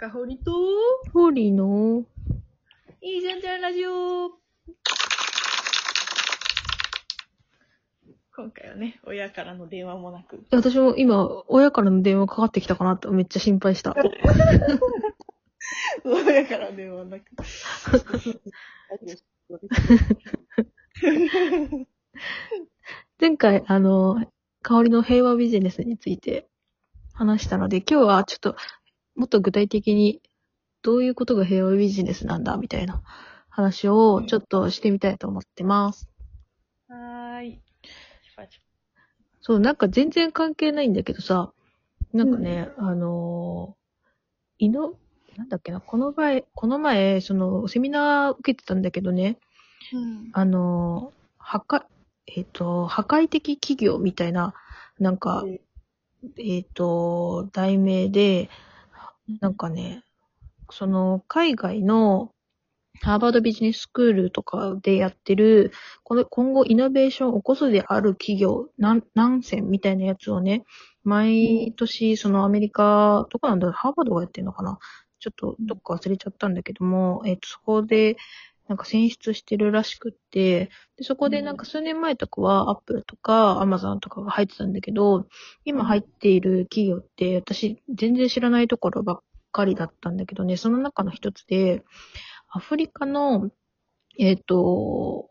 かほりと、 ホーリーのいいじゃんじゃんラジオ。今回はね、親からの電話もなく。 私も今、親からの電話かかってきたかなとめっちゃ心配した。 親から電話なく。 前回、香りの平和ビジネスについて話したので、今日はちょっともっと具体的にどういうことが平和ビジネスなんだみたいな話をちょっとしてみたいと思ってます。 はーい。 そう、なんか全然関係ないんだけどさ、なんかね、なんだっけな、この前、その、セミナー受けてたんだけどね、 うん。 破壊的企業みたいな、なんか、題名で、なんかね、その、海外のハーバードビジネススクールとかでやってる、今後イノベーションを起こすである企業、何選みたいなやつをね、毎年、そのアメリカ、どこなんだろう、ハーバードがやってるのかな、ちょっとどっか忘れちゃったんだけども、そこで、なんか選出してるらしくって、で、そこでなんか数年前とかはアップルとかアマゾンとかが入ってたんだけど、今入っている企業って私全然知らないところばっかりだったんだけどね、その中の一つで、アフリカの、えっ、と、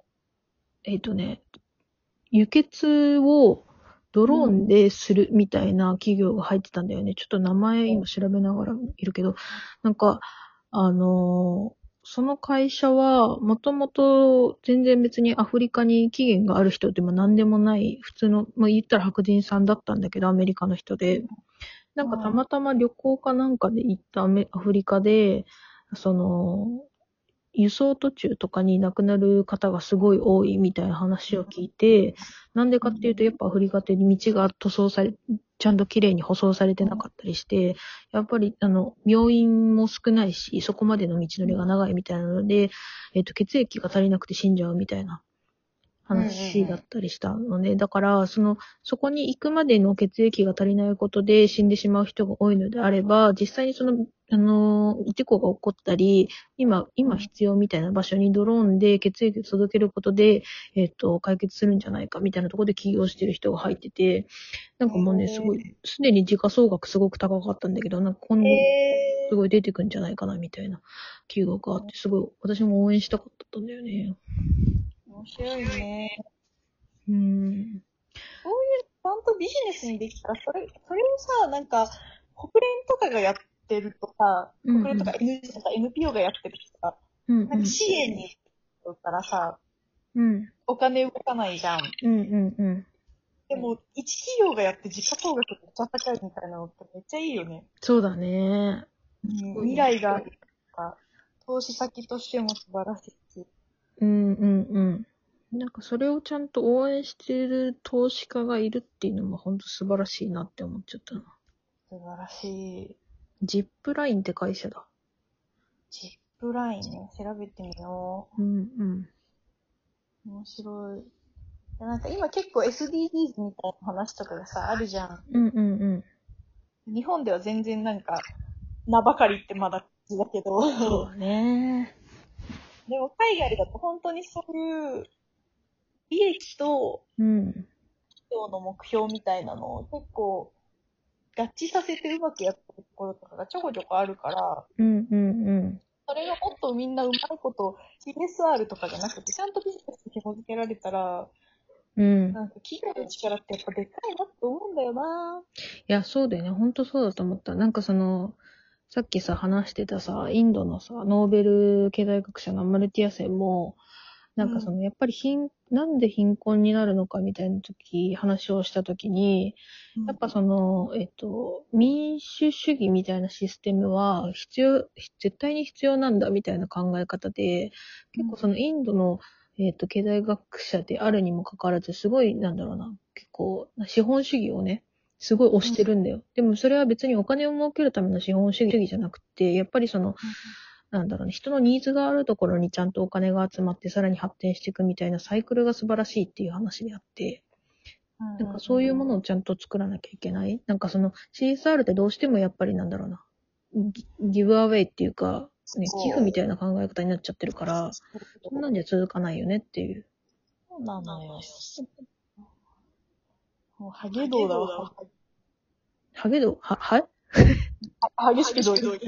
輸血をドローンでするみたいな企業が入ってたんだよね。ちょっと名前今調べながらいるけど、なんか、その会社は、もともと全然別にアフリカに起源がある人でも何でもない、普通の、まあ、言ったら白人さんだったんだけど、アメリカの人で。なんかたまたま旅行かなんかで行ったアフリカで、その、輸送途中とかに亡くなる方がすごい多いみたいな話を聞いて、なんでかっていうと、やっぱアフリカって道がちゃんと綺麗に舗装されてなかったりして、やっぱり、病院も少ないし、そこまでの道のりが長いみたいなので、血液が足りなくて死んじゃうみたいな話だったりしたので、だから、そこに行くまでの血液が足りないことで死んでしまう人が多いのであれば、実際に事故が起こったり、今必要みたいな場所にドローンで血液を届けることで、解決するんじゃないかみたいなところで起業してる人が入ってて、なんかもうね、すごい、すでに時価総額すごく高かったんだけど、なんか今後、すごい出てくんじゃないかなみたいな企業があって、すごい、私も応援したかったんだよね。 面白いね。 そういうちゃんとビジネスにできたら、それをさ、なんか、国連とかがやってるとか、国連とか NGO とか NPO がやってるとか、なんか支援にだったらさ、お金動かないじゃん。でも、一企業がやって時価総額めっちゃ高いみたいなのってめっちゃいいよね。 そうだね。 未来があるとか、投資先としても素晴らしいし。 なんかそれをちゃんと応援している投資家がいるっていうのも本当素晴らしいなって思っちゃったな。 素晴らしい。 ジップラインって会社だ。 ジップラインね、調べてみよう。面白い。なんか今結構 SDGs みたいな話とかがさ、あるじゃん。日本では全然なんか、名ばかりってまだだけど。 そうね。 でも海外だと本当にそういう利益と、企業の目標みたいなのを結構合致させてうまくやってるところとかがちょこちょこあるから、それがもっとみんなうまいこと、CSR とかじゃなくて、ちゃんとビジネスに紐付けられたら、なんか企業の力ってやっぱでかいなって思うんだよな。 いや、そうだよね。ほんとそうだと思った。なんかさっきさ、話してたさ、インドのさ、ノーベル経済学者のアマルティアセンも、なんかやっぱりなんで貧困になるのかみたいな話をしたときに、やっぱ民主主義みたいなシステムは絶対に必要なんだみたいな考え方で、結構インドの、経済学者であるにもかかわらず、すごい、なんだろうな、結構、資本主義をね、すごい推してるんだよ。でもそれは別にお金を儲けるための資本主義じゃなくて、やっぱりなんだろうね、人のニーズがあるところにちゃんとお金が集まってさらに発展していくみたいなサイクルが素晴らしいっていう話であって、なんかそういうものをちゃんと作らなきゃいけない。なんかCSR ってどうしてもやっぱりなんだろうな、 ギブアウェイっていうか、ね、寄付みたいな考え方になっちゃってるから、そんなんじゃ続かないよねっていう。 そうなのよ。もう、ハゲ道だわ。 ハゲ道はい激しくどい。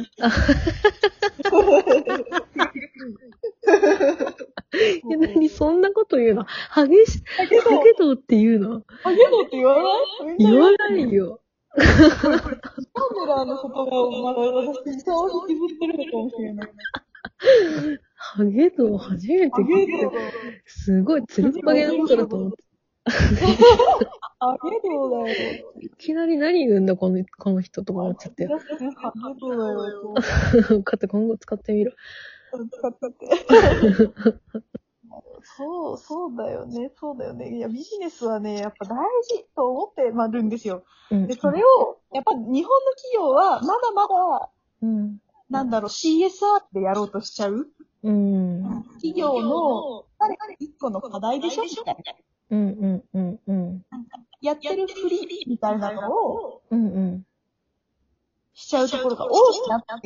何そんなこと言うの？ハゲ道って言うの？ ハゲ道って言わない？ 言わないよ。 カメラの言葉をまだ私、そう引きずってるのかもしれない。 ハゲ道初めて聞いた。すごいつるっぱげのことだと思って。 ハゲ道だよ。 いきなり何言うんだこの人とか思っちゃって。 ハゲ道だよ。 今後使ってみろ。 使って。そうだよね。そうだよね。いや、ビジネスはね、やっぱ大事と思ってるんですよ。で、それを、やっぱ日本の企業は、まだまだ、CSR でやろうとしちゃう。企業の、一個の課題でしょみたいな。やってるふりみたいなのを、しちゃうところが多いなって、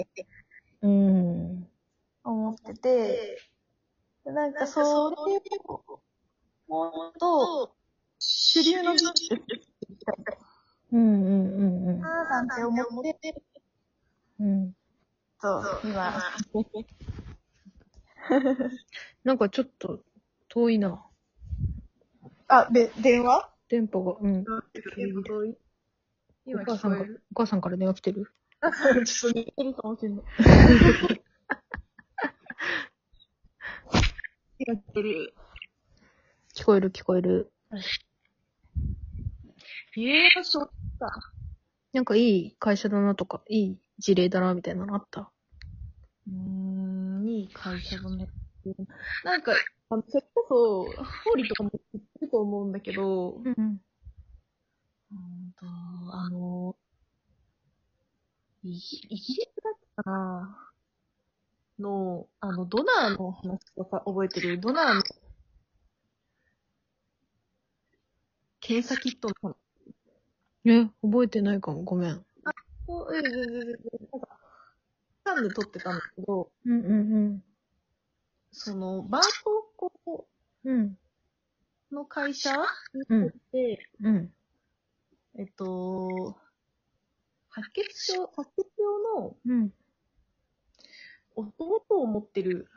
思ってて、なんかそれを、もっと、主流のビジネスでいきたい。なんて思って、そう、今。 なんかちょっと遠いな。 あ、電話？ 電波が、今お母さんから電話来てる？ ちょっと寝てるかもしれない。 聞こえる。 そうか。 なんかいい会社だなとか、いい事例だなみたいなのあった？ いい会社だね。なんか、それこそ、法理とかも言ってると思うんだけど、イギリスだったかなの、ドナーの話とか覚えてる？ドナーの検査キットの話。覚えてないかも。ごめん。 なんか、カンヌ撮ってたんだけど、その、絆創膏の会社にとって、白血病の、弟を持ってる、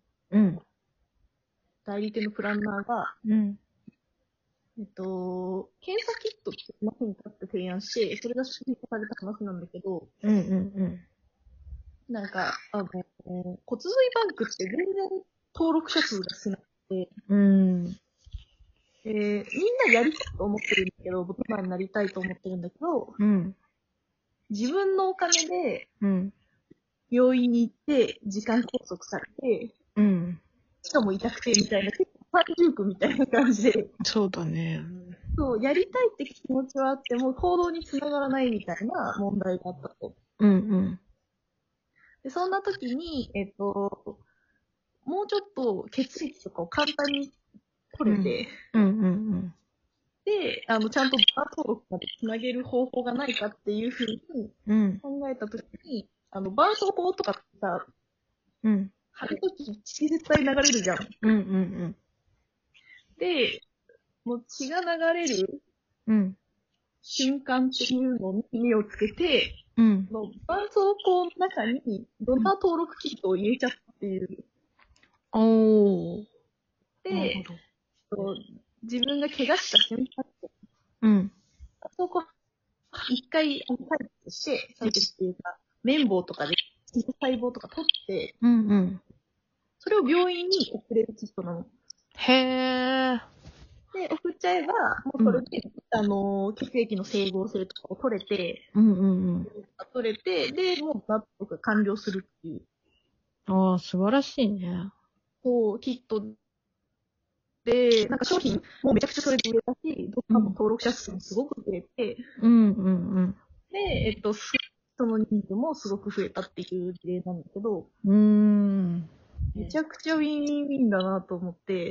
代理店のプランナーが、検査キットってませんかって提案して、それが出品された話なんだけど、なんか、骨髄バンクって全然登録者数が少なくて、みんなやりたいと思ってるんだけど、僕らになりたいと思ってるんだけど、自分のお金で、病院に行って、時間拘束されて、しかも痛くてみたいな、結構パンジュークみたいな感じで。 そうだね。 そう、やりたいって気持ちはあっても、行動につながらないみたいな問題があったと。で、そんな時に、もうちょっと血液とかを簡単に取れて、で、ちゃんとバー登録までつなげる方法がないかっていうふうに考えた時に、絆創膏とかってさ、貼るとき血絶対流れるじゃん。で、もう血が流れる瞬間っていうのに目をつけて、絆創膏の中にドナー登録キットを入れちゃったっていう。で、自分が怪我した瞬間そこ一回採血っていうか、綿棒とかで細胞とか取って、それを病院に送れるキットなの。 へー。 で、送っちゃえば、もうそれで、血液の整合性とかを取れて、で、もうバットが完了するっていう。 ああ、素晴らしいね。 そう、キットで、なんか商品もめちゃくちゃそれで売れたし、どっかも登録者数もすごく増えて、で、その人数もすごく増えたっていう事例なんだけど、めちゃくちゃウィンウィンウィンだなと思って。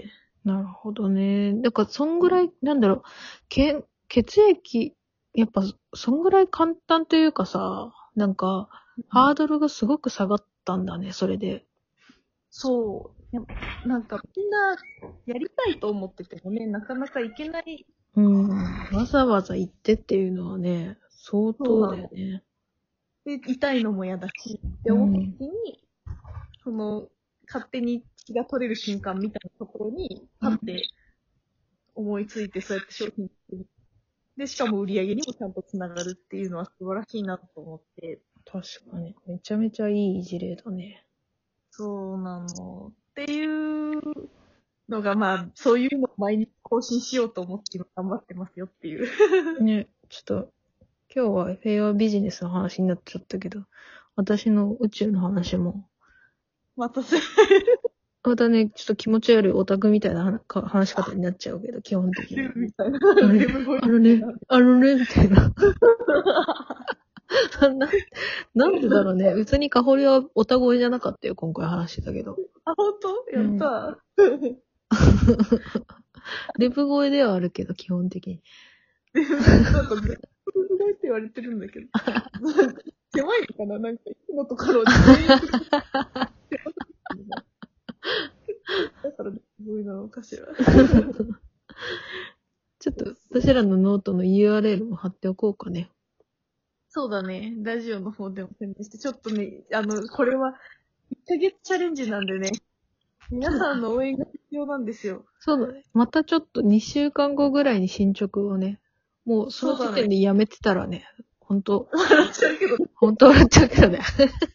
なるほどね。だから、そんぐらい、血液、やっぱ、そんぐらい簡単というかさ、 なんか、ハードルがすごく下がったんだね、それで。 そう。なんかみんなやりたいと思っててもね、なかなか行けない。 わざわざ行ってっていうのはね、相当だよね。 で、痛いのも嫌だし、って思った時に、勝手に気が取れる瞬間みたいなところに、パッて思いついて、そうやって商品作る。で、しかも売り上げにもちゃんとつながるっていうのは素晴らしいなと思って。 確かに。めちゃめちゃいい事例だね。 そうなの。っていうのが、まあ、そういうのを毎日更新しようと思って今頑張ってますよっていう。 ね、ちょっと、今日は平和ビジネスの話になっちゃったけど、私の宇宙の話も。 またね、ちょっと気持ち悪いオタクみたいな話し方になっちゃうけど、基本的に。 みたいな。 あのね、みたいな。なんでだろうね。別に香りはオタ声じゃなかったよ、今回話してたけど。 あ、ほんとやった。 デブ声ではあるけど、基本的に。 なんか、デブ声って言われてるんだけど。狭いのかななんか、いつのところに。だから、デブ声なのかしら。 ちょっと、私らのノートの URL も貼っておこうかね。 そうだね。ラジオの方でも宣伝して、ちょっとね、これは、1ヶ月チャレンジなんでね、皆さんの応援が必要なんですよ。 そうだね。またちょっと2週間後ぐらいに進捗をね、もうその時点でやめてたらね、ほんと、 笑っちゃうけど。 ほんと笑っちゃうけどね。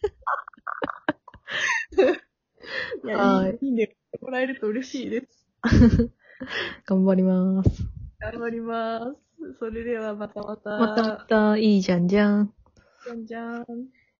いや、いいね。もらえると嬉しいです。 頑張ります。 頑張ります。それではまた。 また、いいじゃんじゃん。 じゃんじゃん。